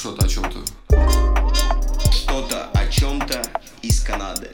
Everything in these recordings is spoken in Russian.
Что-то о чем-то. Что-то о чем-то из Канады.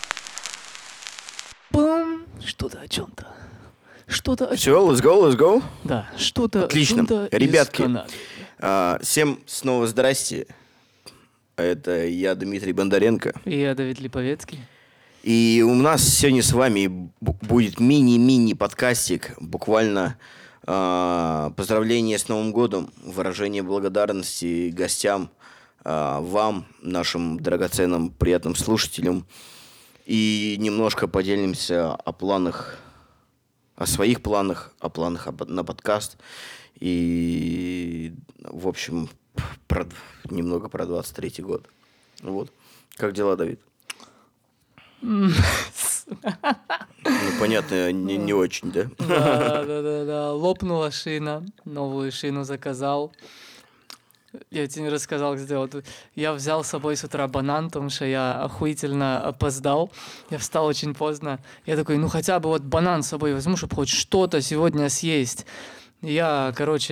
Бам! Что-то о чем-то. Что-то о Все, let's go. Да, что-то Отлично. о чем-то Ребятки, из Канады. всем снова здрасте. Это я, Дмитрий Бондаренко. И я Давид Липовецкий. И у нас сегодня с вами будет мини-мини подкастик. Буквально поздравление с Новым годом, выражение благодарности гостям, вам, нашим драгоценным, приятным слушателям. И немножко поделимся о планах, о своих планах, о планах на подкаст. И, в общем, немного про 23-й год. Вот. Как дела, Давид? Ну, понятно, не очень, да? Да. Лопнула шина, новую шину заказал. Я тебе не рассказал, где вот я взял с собой с утра банан, потому что я охуительно опоздал. Я встал очень поздно. Я такой, ну хотя бы вот банан с собой возьму, чтобы хоть что-то сегодня съесть. Я,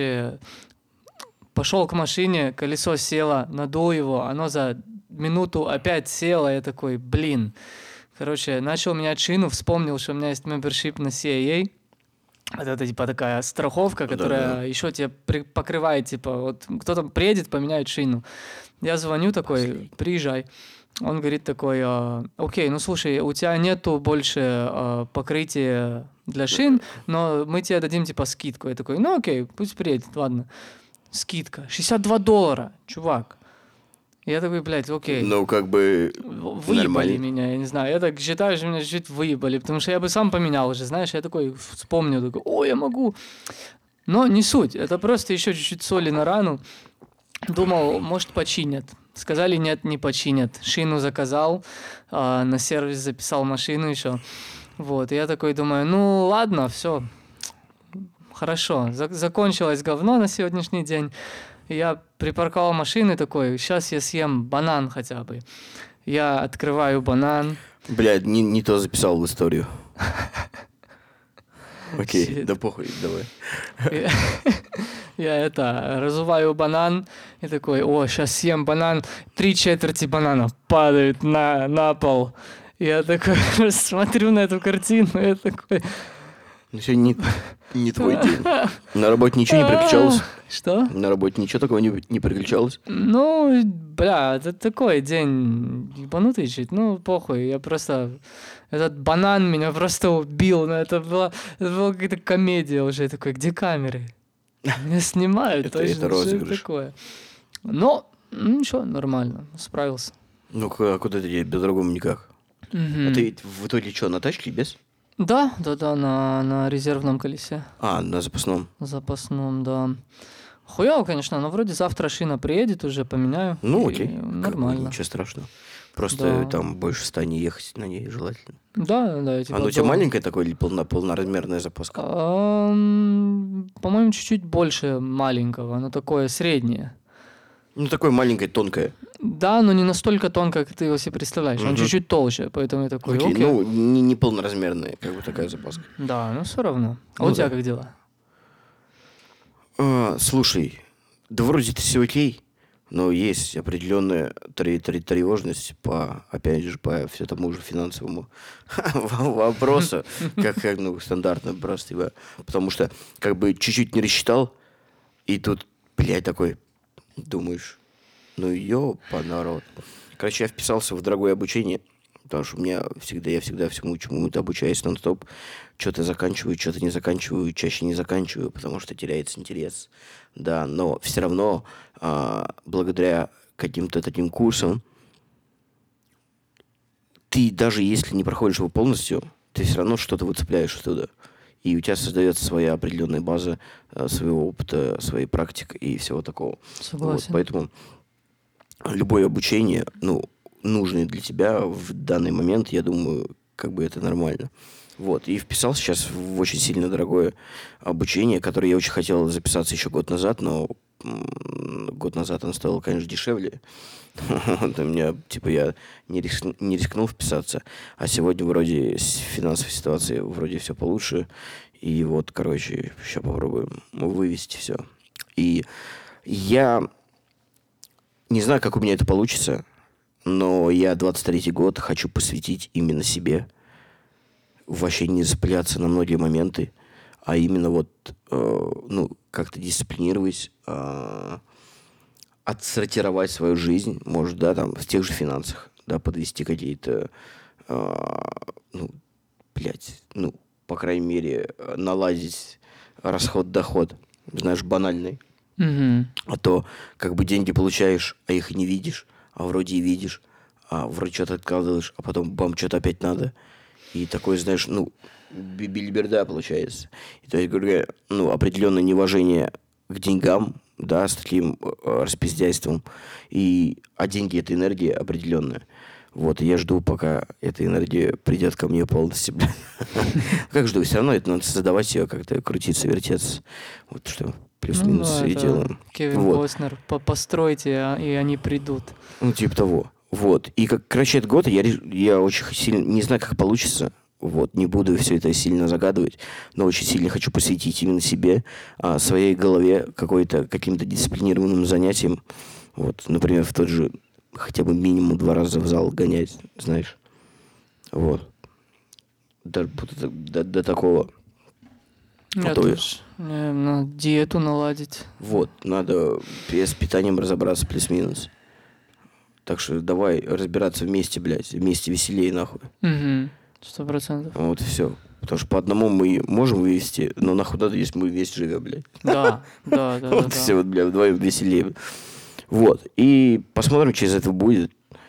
пошел к машине, колесо село, надул его, оно за минуту опять село. Я такой, начал менять шину, вспомнил, что у меня есть мембершип на CAA. Это типа такая страховка, которая еще тебе покрывает, типа, вот кто-то приедет, поменяет шину. Я звоню такой, приезжай. Он говорит такой, окей, ну слушай, у тебя нету больше покрытия для шин, но мы тебе дадим типа скидку. Я такой, ну окей, пусть приедет, ладно. Скидка, $62, чувак. Я такой, окей. Ну, как бы выебали нормально. меня, я не знаю. Я так считаю, что меня чуть выебали, потому что я бы сам поменял уже, знаешь. Я такой вспомнил, такой, я могу. Но не суть, это просто еще чуть-чуть соли на рану. Думал, может, починят. Сказали, нет, не починят. Шину заказал, на сервис записал машину еще. Вот, и я такой думаю, ну ладно, все, хорошо. Закончилось говно на сегодняшний день. Я припарковал машину такой, сейчас я съем банан хотя бы. Я открываю банан. Блядь, не то записал в историю. Окей, да похуй, давай. Я разуваю банан и такой, сейчас съем банан. 3/4 банана падают на пол. Я такой смотрю на эту картину, я такой... Ну, сегодня не твой день. На работе ничего не приключалось? Что? На работе ничего такого не приключалось? Ну, это такой день ебанутый чуть. Ну, похуй, я просто... Этот банан меня просто убил. Ну, это была какая-то комедия уже. Я такой, где камеры? Меня снимают, точно. Это розыгрыш. Такое. Но, ничего, нормально, справился. Ну, а куда ты по-другому никак? А ты в итоге что, на тачке без? Да, на резервном колесе. На запасном. Запасном, да. Хуёво, конечно, но вроде завтра шина приедет уже, поменяю. Ну, окей. Нормально. Ничего страшного. Просто там больше 100 не ехать на ней желательно. Да. Оно у тебя маленькое такое или полноразмерная запаска? По-моему, чуть-чуть больше маленького. Оно такое среднее. Ну, такое маленькое, тонкое. Да, но не настолько тонко, как ты его себе представляешь. Он чуть-чуть толще, поэтому я такой, окей. Ну, не полноразмерная, как бы такая запаска. Да, но все равно. А у тебя как дела? Слушай, да вроде-то все окей, но есть определенная тревожность опять же, по все тому же финансовому вопросу, как стандартно просто. Потому что как бы чуть-чуть не рассчитал, и тут, блядь, такой, думаешь, ну ёпа народ. Короче, я вписался в дорогое обучение, потому что я всегда всему чему-то обучаюсь нон-стоп. Что-то заканчиваю, что-то не заканчиваю, чаще не заканчиваю, потому что теряется интерес. Да, но все равно благодаря каким-то таким курсам ты даже если не проходишь его полностью, ты все равно что-то выцепляешь оттуда. И у тебя создается своя определенная база своего опыта, своей практики и всего такого. Согласен. Вот, поэтому любое обучение, нужное для тебя в данный момент, я думаю, как бы это нормально. Вот. И вписался сейчас в очень сильно дорогое обучение, которое я очень хотел записаться еще год назад, но год назад оно стоило, конечно, дешевле. У меня, я не рискнул вписаться. А сегодня вроде с финансовой ситуацией вроде все получше. И вот, сейчас попробуем вывести все. И я не знаю, как у меня это получится, но я 23-й год хочу посвятить именно себе. Вообще не запыляться на многие моменты, а именно вот, как-то дисциплинировать, отсортировать свою жизнь, может, да, там, в тех же финансах, да, подвести какие-то, по крайней мере, наладить расход-доход, знаешь, банальный. Мгм. А то, как бы, деньги получаешь, а их и не видишь, а вроде и видишь, а вроде что-то откладываешь, а потом, бам, что-то опять надо. И такое, знаешь, бильберда получается. И то есть, говоря, определенное неуважение к деньгам, да, с таким распиздяйством. А деньги — это энергия определенная. Вот, и я жду, пока эта энергия придет ко мне полностью. Как жду? Все равно это надо создавать ее, как-то крутиться, вертеться. Вот что плюс-минус да, и это делаем. Кевин Вот. Костнер. Постройте, и они придут. Типа того. Вот. И короче, этот год я очень сильно... Не знаю, как получится. Вот. Не буду все это сильно загадывать. Но очень сильно хочу посвятить именно себе, своей голове, каким-то дисциплинированным занятиям. Вот. Например, в тот же хотя бы минимум 2 раза в зал гонять, знаешь. Вот. До такого. Я то тоже. Надо диету наладить. Вот. Надо с питанием разобраться плюс-минус. Так что давай разбираться вместе, блядь. Вместе веселее, нахуй. 100%. Вот и все. Потому что по одному мы можем вывести, но нахуй надо, если мы вместе живем, блядь. Да. Вот все, вот, блядь, вдвоем веселее. Вот. И посмотрим, что из этого будет.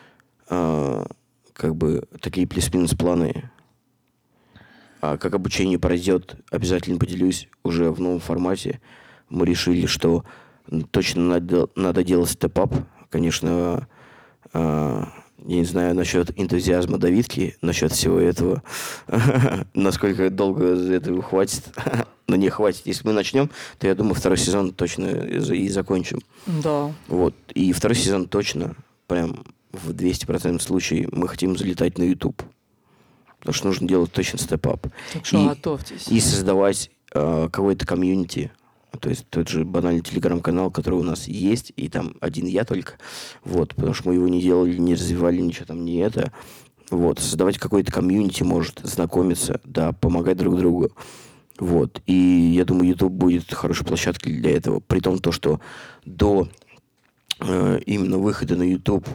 Как бы такие плюс-минус планы. Как обучение пройдет, обязательно поделюсь уже в новом формате. Мы решили, что точно надо делать степ-ап. Конечно, я не знаю насчет энтузиазма Давидки, насчет всего этого, насколько долго этого хватит. Но не хватит. Если мы начнем, то я думаю, 2-й сезон точно и закончим. Да. Вот. И 2-й сезон точно, прям в 200% случае мы хотим залетать на YouTube. Потому что нужно делать точно степ-ап. Так что готовьтесь. И создавать какой-то комьюнити. То есть тот же банальный телеграм-канал, который у нас есть, и там один я только. Вот, потому что мы его не делали, не развивали, ничего там не это. Вот, создавать какой-то комьюнити, может, знакомиться, да, помогать друг другу. Вот, и я думаю, YouTube будет хорошей площадкой для этого. При том, что до именно выхода на YouTube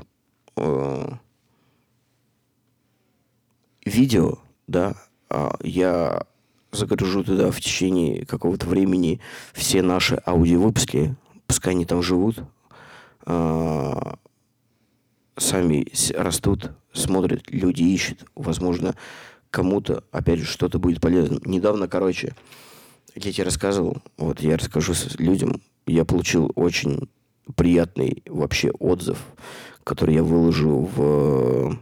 видео, да, я загружу туда в течение какого-то времени все наши аудиовыпуски, пускай они там живут, сами растут, смотрят, люди ищут, возможно, кому-то, опять же, что-то будет полезно. Недавно, я тебе рассказывал, вот я расскажу людям, я получил очень приятный вообще отзыв, который я выложу в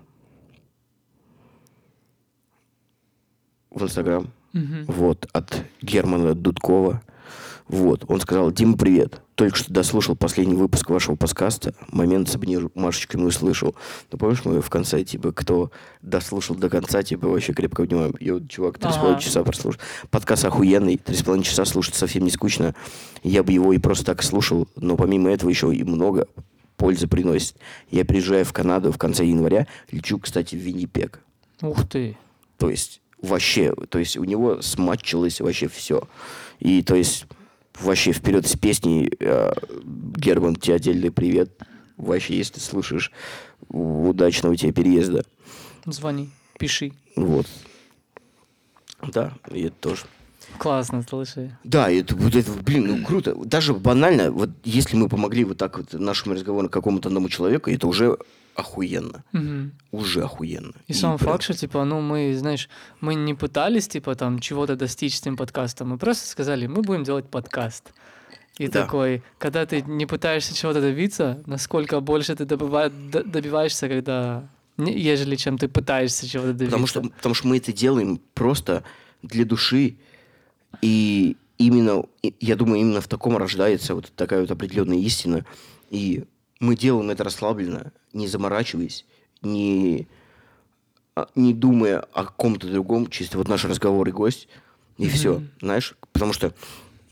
Инстаграм. Вот, от Германа Дудкова. Вот, он сказал: Дима, привет. Только что дослушал последний выпуск вашего подкаста. Момент с обнимашечкой не услышал. Ну, помнишь, мы в конце, кто дослушал до конца, вообще крепко внимаем. И вот, чувак, 3,5 часа прослушал. Подкаст охуенный, 3,5 часа слушать совсем не скучно. Я бы его и просто так слушал, но помимо этого еще и много пользы приносит. Я приезжаю в Канаду в конце января, лечу, кстати, в Виннипег. Ух ты. То есть у него сматчилось вообще все. И, то есть, вообще вперед с песней. Герман, тебе отдельный привет. Вообще, если ты слушаешь, удачного тебе переезда. Звони, пиши. Вот. Да, и это тоже. Классно, слушай. Да, это круто. Даже банально, вот если мы помогли вот так вот нашему разговору какому-то одному человеку, это уже охуенно. Уже охуенно. И сам факт, что, мы, знаешь, мы не пытались, там, чего-то достичь с этим подкастом. Мы просто сказали, мы будем делать подкаст. И такой, когда ты не пытаешься чего-то добиться, насколько больше ты добиваешься, ежели чем ты пытаешься чего-то добиться. Потому что мы это делаем просто для души. И именно, я думаю, именно в таком рождается вот такая вот определенная истина. И мы делаем это расслабленно, не заморачиваясь, не думая о ком-то другом, чисто вот наш разговор и гость, и все, знаешь. Потому что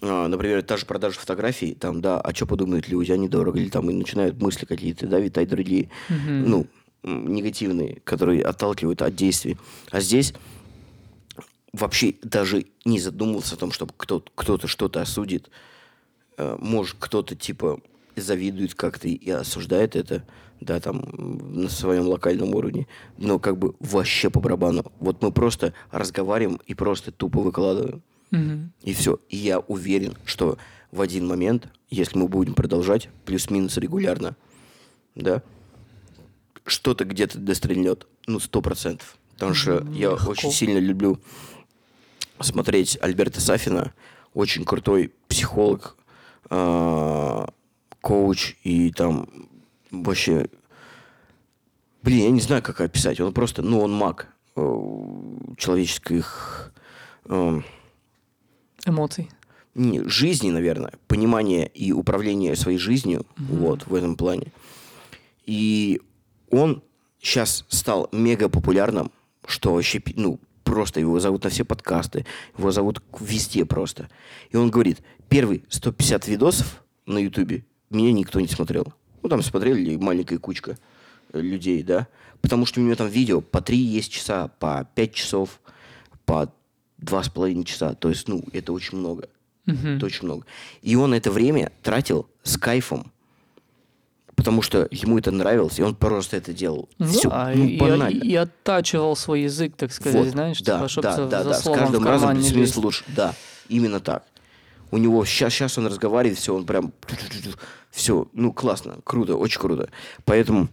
например, та же продажа фотографий, там, да, а что подумают люди, они дорого, или там и начинают мысли какие-то, да, витать другие, ну, негативные, которые отталкивают от действий. А здесь вообще даже не задумывался о том, чтобы кто-то что-то осудит. Может, кто-то, типа, завидует как-то и осуждает это, да, там, на своем локальном уровне, но как бы вообще по барабану. Вот мы просто разговариваем и просто тупо выкладываем. И все. И я уверен, что в один момент, если мы будем продолжать плюс-минус регулярно, да, что-то где-то дострельнет. Ну, 100%. Потому что я очень сильно люблю смотреть Альберта Сафина. Очень крутой психолог, коуч и там вообще... Блин, я не знаю, как описать. Он просто, ну, он маг человеческих... Эмоций. Не, жизни, наверное. Понимания и управления своей жизнью. Вот, в этом плане. И он сейчас стал мега популярным, что вообще, ну, просто его зовут на все подкасты, его зовут везде просто. И он говорит, первые 150 видосов на Ютубе меня никто не смотрел. Ну, там смотрели маленькая кучка людей, да. Потому что у него там видео по 3 есть часа, по 5 часов, по 2,5 часа. То есть, ну, это очень много. Это очень много. И он это время тратил с кайфом. Потому что ему это нравилось, и он просто это делал. Все, ну, банально. И оттачивал свой язык, так сказать, Вот, знаешь, да, типа, чтобы да, за с словом каждым в карман разом не плюс-минус лезть. лучше. Да, именно так. У него сейчас он разговаривает, все, он прям... Все, ну, классно, круто, очень круто. Поэтому,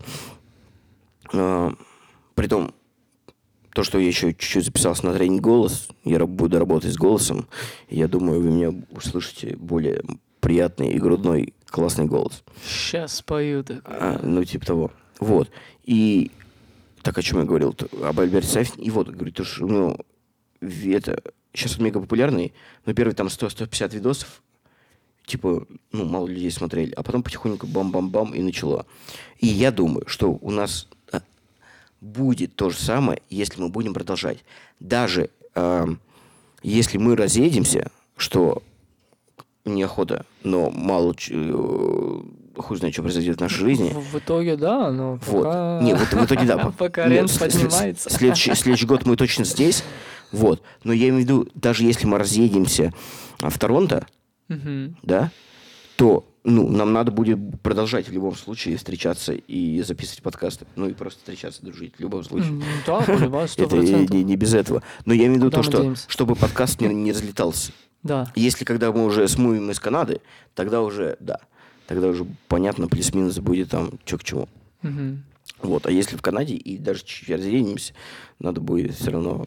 притом, то, что я еще чуть-чуть записался на тренинг «Голос», я буду работать с голосом, и я думаю, вы меня услышите более приятный и грудной классный голос. Сейчас спою так. Ну, типа того. Вот. И так, о чем я говорил? Об Альберте Сафине. И вот, говорит, то, что, ну, это... Сейчас он мега популярный, но первые там 100-150 видосов, типа, ну, мало людей смотрели, а потом потихоньку бам-бам-бам и начало. И я думаю, что у нас будет то же самое, если мы будем продолжать. Даже если мы разъедемся, что неохота, но мало хуй знает, что произойдет в нашей жизни. В итоге, да, но Вот. пока... Не, вот в итоге, да. Пока рент поднимается. Следующий год мы точно здесь. Вот. Но я имею в виду, даже если мы разъедемся в Торонто, да, то, ну, нам надо будет продолжать в любом случае встречаться и записывать подкасты. Ну, и просто встречаться, дружить в любом случае. Да, по-любому, 100%. Это не без этого. Но я имею в виду Да, то, что надеемся. чтобы подкаст не разлетался. Да. Если когда мы уже смывем из Канады, тогда уже, да, тогда уже понятно, плюс-минус будет там что к чему. Вот, а если в Канаде и даже чуть-чуть разъедемся, надо будет все равно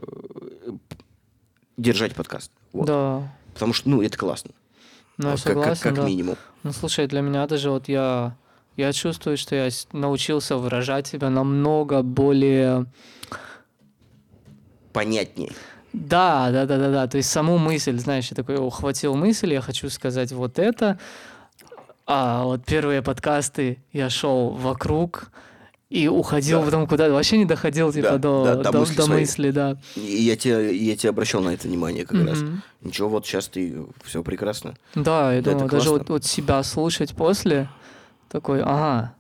держать подкаст. Вот. Да. Потому что, ну, это классно. Ну, я Вот, согласен, как да. минимум. Ну, слушай, для меня даже вот я чувствую, что я научился выражать себя намного более... Понятнее. Да. То есть саму мысль, знаешь, я такой ухватил мысль, я хочу сказать вот это. А вот первые подкасты я шел вокруг и уходил потом куда-то. Вообще не доходил типа до мысли, да. И я тебе обращал на это внимание как раз. Ничего, вот сейчас ты все прекрасно. Да, я думаю, даже классно. вот себя слушать после, такой, ага.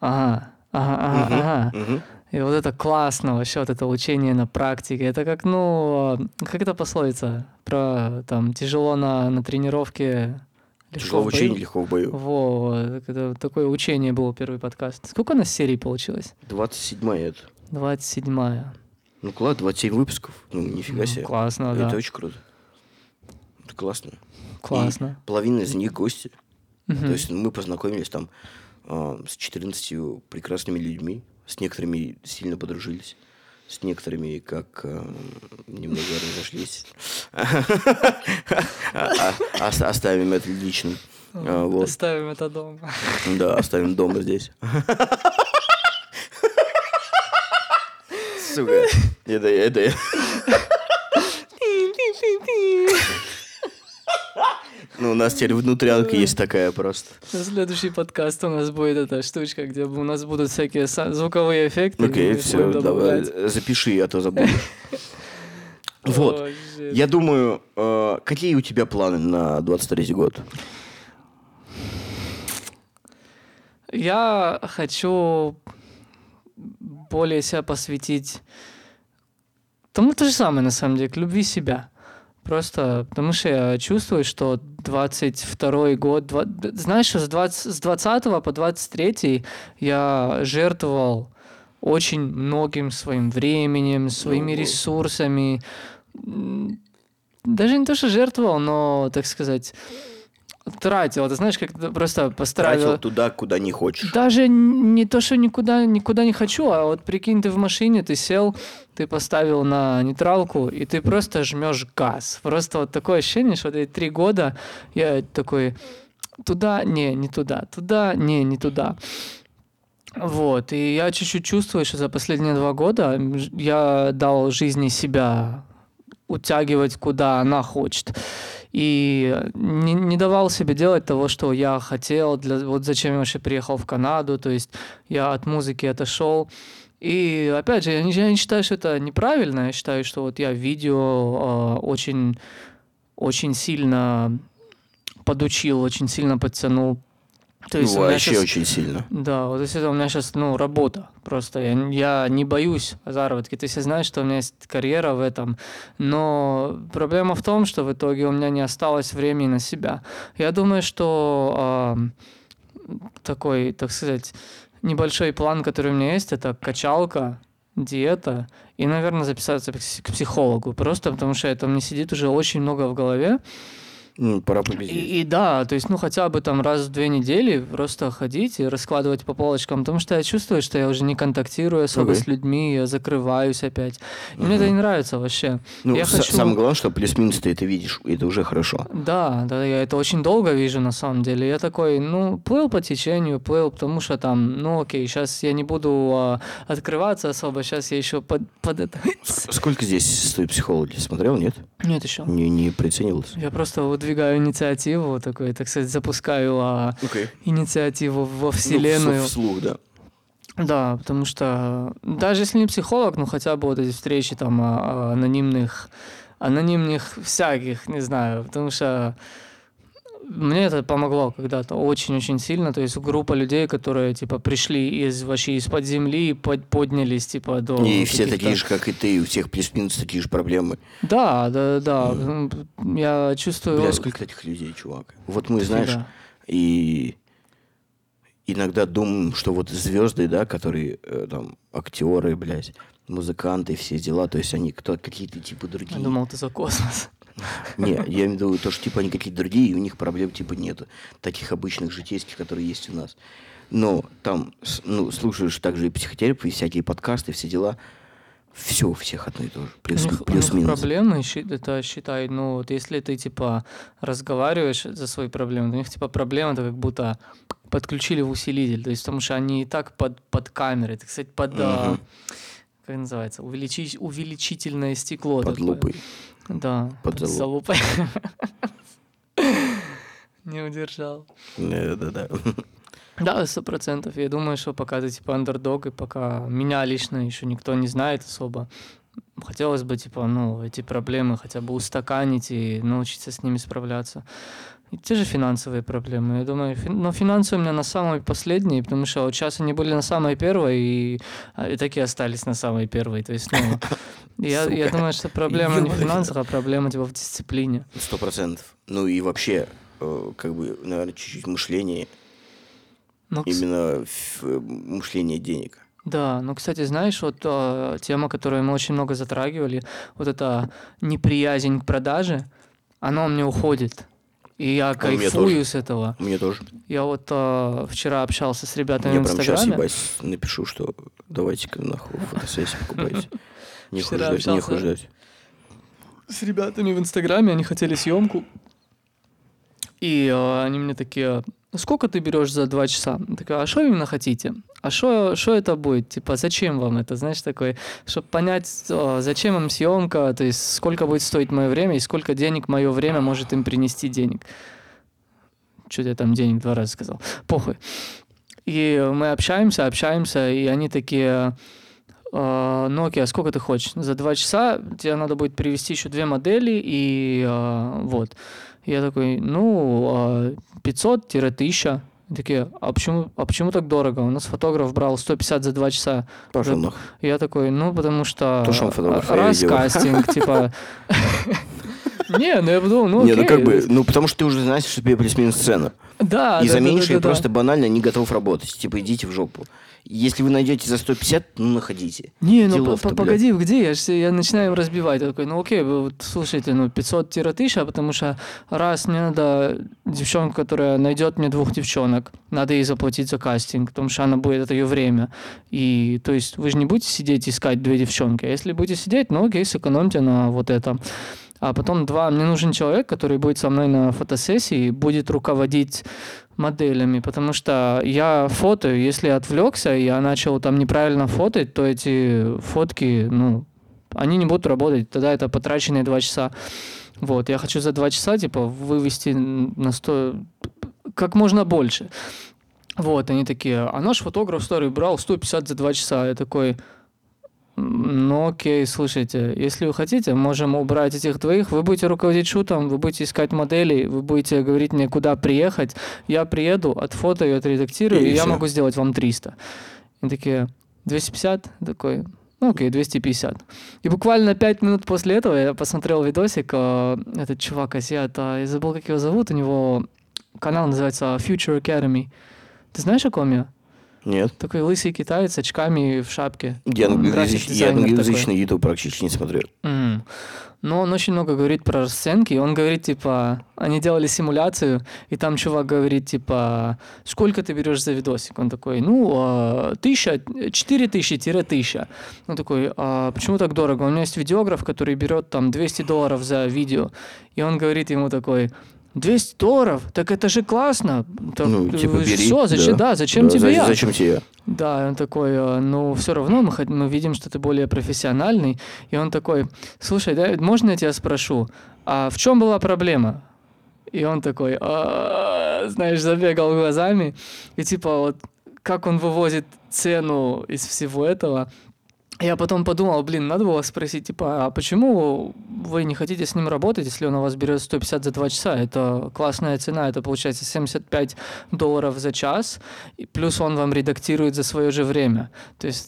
И вот это классно вообще, вот это учение на практике. Это как, ну, как это пословица? Про там тяжело на тренировке, Тяжело в учении, легко в бою. Во, это такое учение было, первый подкаст. Сколько у нас серий получилось? 27-я это. 27-я. Ну, класс, 27 выпусков. Ну, нифига себе. Классно, да. Это очень круто. Это классно. Классно. И половина из них гости. То есть мы познакомились там с 14 прекрасными людьми. С некоторыми сильно подружились. С некоторыми как немного разошлись. Оставим это личным. Вот. Оставим это дома. Да, оставим дома здесь. Сука. Это. Ну, у нас теперь внутрянка есть такая просто. Следующий подкаст у нас будет эта штучка, где у нас будут всякие звуковые эффекты. Окей, все, давай, запиши, а то забудешь. Вот. О, shit. Я думаю, какие у тебя планы на 23-й год? Я хочу более себя посвятить тому то же самое, на самом деле, к любви себя. Просто потому что я чувствую, что 22-й год, знаешь, что с 20 по 23 я жертвовал очень многим своим временем, своими Ого. ресурсами. Даже не то, что жертвовал, но, так сказать, тратил. Ты знаешь, как просто постарался. Тратил туда, куда не хочешь. Даже не то, что никуда не хочу, а вот прикинь, ты в машине, ты сел, ты поставил на нейтралку, и ты просто жмешь газ. Просто вот такое ощущение, что эти 3 года я такой туда, не туда, не туда. Вот, и я чуть-чуть чувствую, что за последние 2 года я дал жизни себя утягивать, куда она хочет. И не давал себе делать того, что я хотел, вот зачем я вообще приехал в Канаду, то есть я от музыки отошел. И опять же, я не считаю, что это неправильно, я считаю, что вот я видео очень, очень сильно подучил, очень сильно подтянул. То есть у меня Вообще щас- очень сильно. Да, вот это у меня сейчас, работа просто. Я не боюсь заработки. Ты все знаешь, что у меня есть карьера в этом. Но проблема в том, что в итоге у меня не осталось времени на себя. Я думаю, что такой, так сказать, небольшой план, который у меня есть, это качалка, диета и, наверное, записаться к психологу. Просто потому что это мне сидит уже очень много в голове. Пора победить. И да, то есть, хотя бы там раз в 2 недели просто ходить и раскладывать по полочкам, потому что я чувствую, что я уже не контактирую особо Окей. с людьми, я закрываюсь опять. И мне это не нравится вообще. Я хочу... Самое главное, что плюс-минус ты это видишь, и это уже хорошо. Да, я это очень долго вижу на самом деле. Я такой, плыл по течению, плыл, потому что там, окей, сейчас я не буду открываться особо, сейчас я еще под это... Сколько здесь стоит психолог? Смотрел, нет? Нет еще. Не приценивался? Я просто выдвигаю инициативу, такой, так сказать, запускаю Окей. инициативу во Вселенную. Вслух, да. Да, потому что даже если не психолог, хотя бы вот эти встречи там анонимных всяких, не знаю, потому что мне это помогло когда-то очень-очень сильно, то есть группа людей, которые, типа, пришли вообще из-под земли и поднялись, типа, до И все каких-то- такие же, как и ты, у всех плюс-минус такие же проблемы. Да. Я чувствую... Бля, сколько таких людей, чувак? Вот мы, знаешь, Да. и иногда думаем, что вот звезды, да, которые там актеры, блядь, музыканты, все дела, то есть они какие-то типа другие. Я думал, ты за космос. Не, я имею в виду то, что типа они какие-то другие, и у них проблем типа нет. Таких обычных житейских, которые есть у нас. Но там, слушаешь также и психотерапию, и всякие подкасты, все дела. Все у всех одно и то же. У них Плюс-минус. проблемы, это считай, вот если ты, типа, разговариваешь за свои проблемы, то у них, типа, проблема, это как будто подключили в усилитель, то есть потому что они и так под камерой, так сказать, как называется, увеличительное стекло. Под такое. лупой. Да, Под залупой. Не удержал. Да. Да, 100%. Я думаю, что пока ты, типа, андердог, и пока меня лично еще никто не знает особо, хотелось бы, типа, эти проблемы хотя бы устаканить и научиться с ними справляться. И те же финансовые проблемы. Я думаю, финансы у меня на самой последней, потому что вот сейчас они были на самой первой, и так и остались на самой первой. То есть, я думаю, что проблема не в финансах, а проблема, типа, в дисциплине. 100%. Ну и вообще, как бы, наверное, чуть-чуть мышление, именно мышление денег. Да, кстати, знаешь, вот тема, которую мы очень много затрагивали, вот эта неприязнь к продаже, она у меня уходит. И я кайфую с этого. Мне тоже. Я вот вчера общался с ребятами Я в прям Инстаграме. сейчас, ебать, напишу, что давайте-ка нахуй фотосессию покупайте. Нехуй Вчера ждать. С ребятами в Инстаграме, они хотели съемку. И они мне такие, сколько ты берешь за 2 часа? Я такая, а что именно хотите? А что это будет? Типа, зачем вам это? Знаешь, такой, чтобы понять, зачем им съемка, то есть сколько будет стоить мое время и сколько денег мое время может им принести денег. Что-то я там денег 2 раза сказал. Похуй. И мы общаемся, и они такие, ну окей, а сколько ты хочешь? За 2 часа тебе надо будет привезти еще 2 модели, и вот. Я такой, 500-1000. Такие, а почему так дорого? У нас фотограф брал 150 за 2 часа. Пошел нахуй. Я такой, потому что То, что он фотограф, я раз видел. кастинг, типа... Не, я подумал, Не, окей. потому что ты уже знаешь, что тебе плюс-минус цена. Да, И за да, меньше да, я да. просто банально не готов работать. Типа, идите в жопу. Если вы найдете за 150, находите. Не, Делов-то, бля. погоди, где? Я начинаю им разбивать. Я такой, окей, вот, слушайте, 500-1000, потому что раз мне надо девчонку, которая найдет мне 2 девчонок, надо ей заплатить за кастинг, потому что она будет, это ее время. И, то есть, вы же не будете сидеть искать 2 девчонки. А если будете сидеть, окей, сэкономьте на вот это. А потом 2, мне нужен человек, который будет со мной на фотосессии, будет руководить моделями, потому что я фотою, если я отвлекся, и я начал там неправильно фотать, то эти фотки, они не будут работать, тогда это потраченные 2 часа. Вот, я хочу за 2 часа, типа, вывести на 100, как можно больше. Вот, они такие, а наш фотограф старый брал 150 за 2 часа. Я такой... окей, слушайте, если вы хотите, можем убрать этих 2, вы будете руководить шутом, вы будете искать моделей, вы будете говорить мне, куда приехать, я приеду, отфотою, отредактирую, и я всё. могу сделать вам 300. И такие, 250? Такой, окей, 250. И буквально 5 минут после этого я посмотрел видосик, этот чувак азиат, я забыл, как его зовут, у него канал называется Future Academy. Ты знаешь, о ком я? Нет. Такой лысый китаец с очками в шапке. Я Он график-дизайнер англоязычный YouTube практически не смотрю. Но он очень много говорит про расценки. Он говорит, типа, они делали симуляцию, и там чувак говорит, типа, сколько ты берешь за видосик? Он такой, 4000-1000. Он такой, почему так дорого? У меня есть видеограф, который берет там $200 за видео. И он говорит ему такой... $200? Так это же классно. Так, бери. Все, зачем, зачем Да, тебе я? Зачем тебе? Да, он такой, все равно мы видим, что ты более профессиональный. И он такой, слушай, да, можно я тебя спрошу, а в чем была проблема? И он такой, знаешь, забегал глазами. И типа вот, как он вывозит цену из всего этого. Я потом подумал, надо было спросить, типа, а почему вы не хотите с ним работать, если он у вас берет 150 за 2 часа? Это классная цена, это получается $75 за час, и плюс он вам редактирует за свое же время. То есть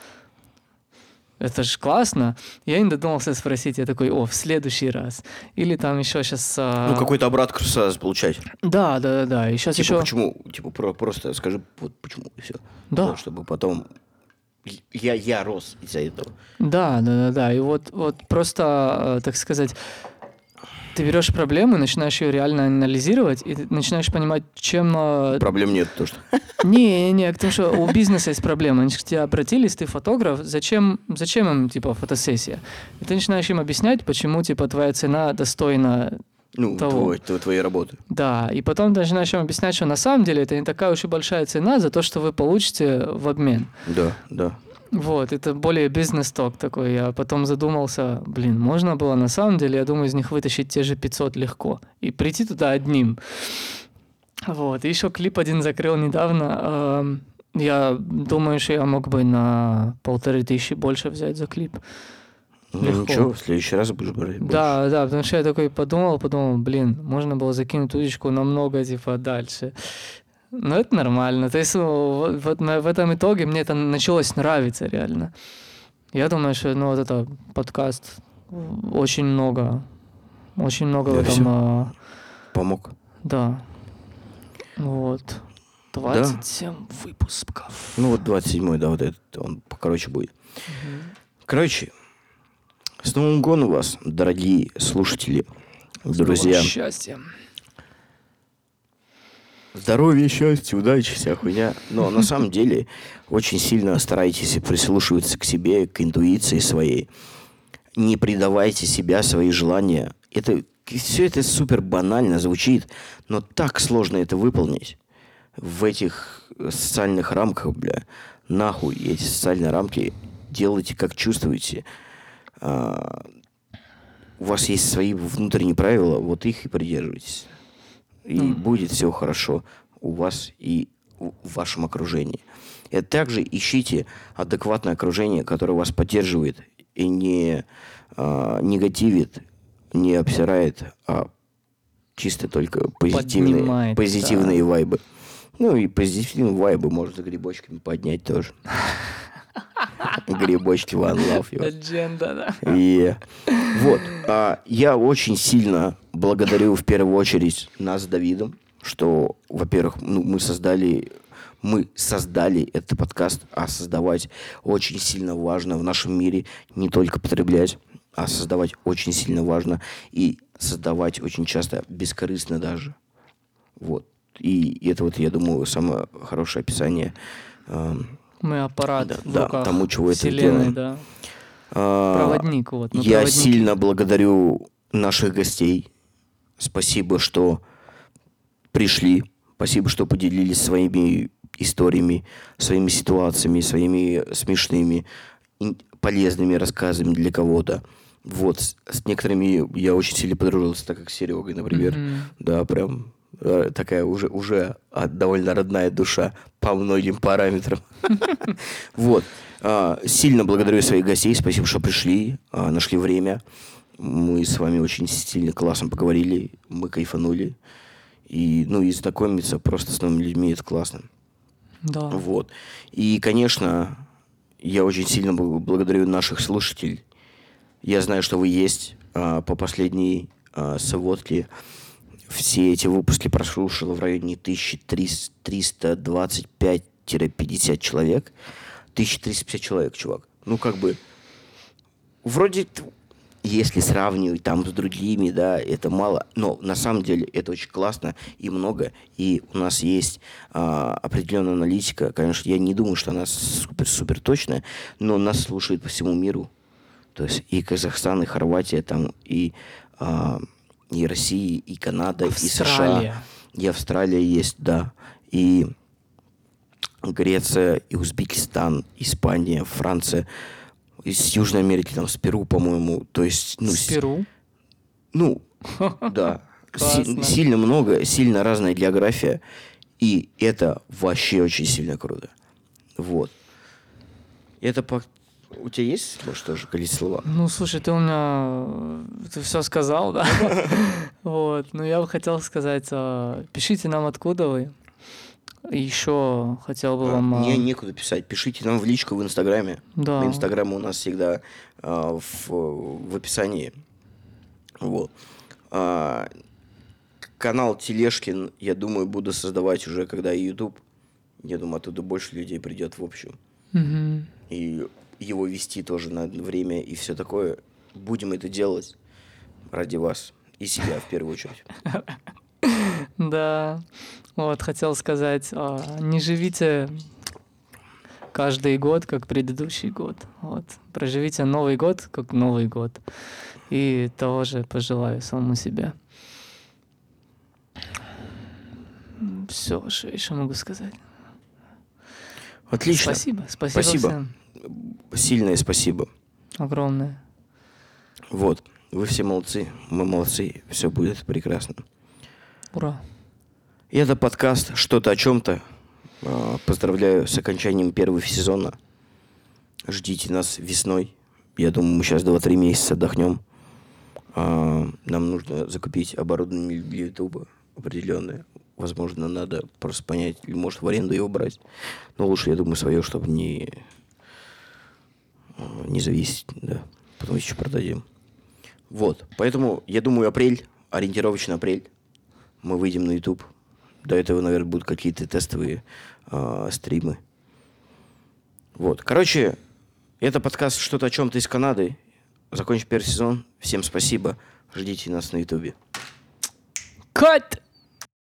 это же классно. Я не додумался спросить, я такой, в следующий раз. Или там еще сейчас... какой-то обратку сразу получать. Да. И сейчас Типа, еще... почему? Типа, просто скажи, вот почему, и все. Да. Чтобы потом... Я рос из-за этого. Да. И вот просто, так сказать, ты берешь проблему, начинаешь ее реально анализировать, и ты начинаешь понимать, чем... Проблем нет, то что... Не, потому что у бизнеса есть проблема. Они к тебе обратились, ты фотограф, зачем им, типа, фотосессия? И ты начинаешь им объяснять, почему, типа, твоя цена достойна того. Твоей работы. Да, и потом ты начинаешь им объяснять, что на самом деле это не такая уж и большая цена за то, что вы получите в обмен. Да. Вот, это более бизнес-ток такой. Я потом задумался, можно было на самом деле, я думаю, из них вытащить те же 500 легко. И прийти туда одним. Вот, и еще клип один закрыл недавно. Я думаю, что я мог бы на 1500 больше взять за клип. Легко. Ничего, в следующий раз будешь брать больше. Да, потому что я такой подумал, можно было закинуть удочку намного, типа, дальше. Но это нормально. То есть вот в этом итоге мне это началось нравиться реально. Я думаю, что вот это подкаст очень много в этом... Помог. Да. Вот. 27 выпусков. 27-й, да, вот этот, он покороче будет. Короче, с Новым годом вас, дорогие слушатели, друзья. Счастья. Здоровья, счастья, удачи, вся хуйня. Но на самом деле очень сильно старайтесь прислушиваться к себе, к интуиции своей. Не предавайте себя, свои желания. Все это супер банально звучит, но так сложно это выполнить. В этих социальных рамках, нахуй эти социальные рамки. Делайте, как чувствуете. У вас есть свои внутренние правила, вот их и придерживайтесь. И будет все хорошо у вас и в вашем окружении. И также ищите адекватное окружение, которое вас поддерживает и не негативит, не обсирает, а чисто только Поднимает, позитивные вайбы. Ну и позитивные вайбы можно грибочками поднять тоже. Грибочки one love. Адженда, да. И вот. Я очень сильно благодарю в первую очередь нас с Давидом, что, во-первых, мы создали этот подкаст, а создавать очень сильно важно в нашем мире, не только потреблять, а создавать очень сильно важно и создавать очень часто бескорыстно даже. Вот. И это вот, я думаю, самое хорошее описание. Мы аппарат в руках тому, чего это вселенной, делаем. да. Проводник, вот. Я сильно благодарю наших гостей. Спасибо, что пришли. Спасибо, что поделились своими историями, своими ситуациями, своими смешными, полезными рассказами для кого-то. Вот. С некоторыми я очень сильно подружился, так как с Серегой, например. Да, прям такая уже довольно родная душа по многим параметрам. Вот. Сильно благодарю своих гостей. Спасибо, что пришли, нашли время. Мы с вами очень сильно классно поговорили. Мы кайфанули. И знакомиться просто с новыми людьми — это классно. Да. Вот. И, конечно, я очень сильно благодарю наших слушателей. Я знаю, что вы есть. По последней сводке все эти выпуски прослушало в районе 1325-50 человек. 1350 человек, чувак. Вроде, если сравнивать там с другими, да, это мало. Но на самом деле это очень классно и много. И у нас есть определенная аналитика. Конечно, я не думаю, что она супер-супер точная, но нас слушают по всему миру. То есть и Казахстан, и Хорватия, там, и Россия, и Канада, Австралия. и США. И Австралия есть, да. И Греция, и Узбекистан, Испания, Франция. Из Южной Америки, там, с Перу, по-моему. То есть, с Перу? Да. Сильно много, сильно разная география. И это вообще очень сильно круто. Вот. Это у тебя есть, может, тоже какие-то слова? Слушай, ты все сказал, да? Вот. Я бы хотел сказать, пишите нам, откуда вы. И еще хотел бы вам... Мне некуда писать. Пишите нам в личку в Инстаграме. Да. Инстаграм у нас всегда в описании. Вот. Канал Тележкин, я думаю, буду создавать уже, когда YouTube. Я думаю, оттуда больше людей придет в общем. Угу. И его вести тоже на время и все такое. Будем это делать ради вас и себя в первую очередь. Да. Вот, хотел сказать, не живите каждый год, как предыдущий год. Вот. Проживите Новый год, как Новый год. И того же пожелаю самому себе. Все, что еще могу сказать. Отлично. Спасибо всем. Сильное спасибо. Огромное. Вот. Вы все молодцы. Мы молодцы. Все будет прекрасно. Ура. И это подкаст «Что-то о чем-то». Поздравляю с окончанием первого сезона. Ждите нас весной. Я думаю, мы сейчас 2-3 месяца отдохнем. Нам нужно закупить оборудование для Ютуба определенное. Возможно, надо просто понять, или может в аренду его брать. Но лучше, я думаю, свое, чтобы не зависеть. Да. Потом еще продадим. Вот. Поэтому, я думаю, ориентировочно апрель, мы выйдем на YouTube. До этого, наверное, будут какие-то тестовые стримы. Вот. Короче, это подкаст «Что-то о чем-то» из Канады. Закончим первый сезон. Всем спасибо. Ждите нас на YouTube. Cut!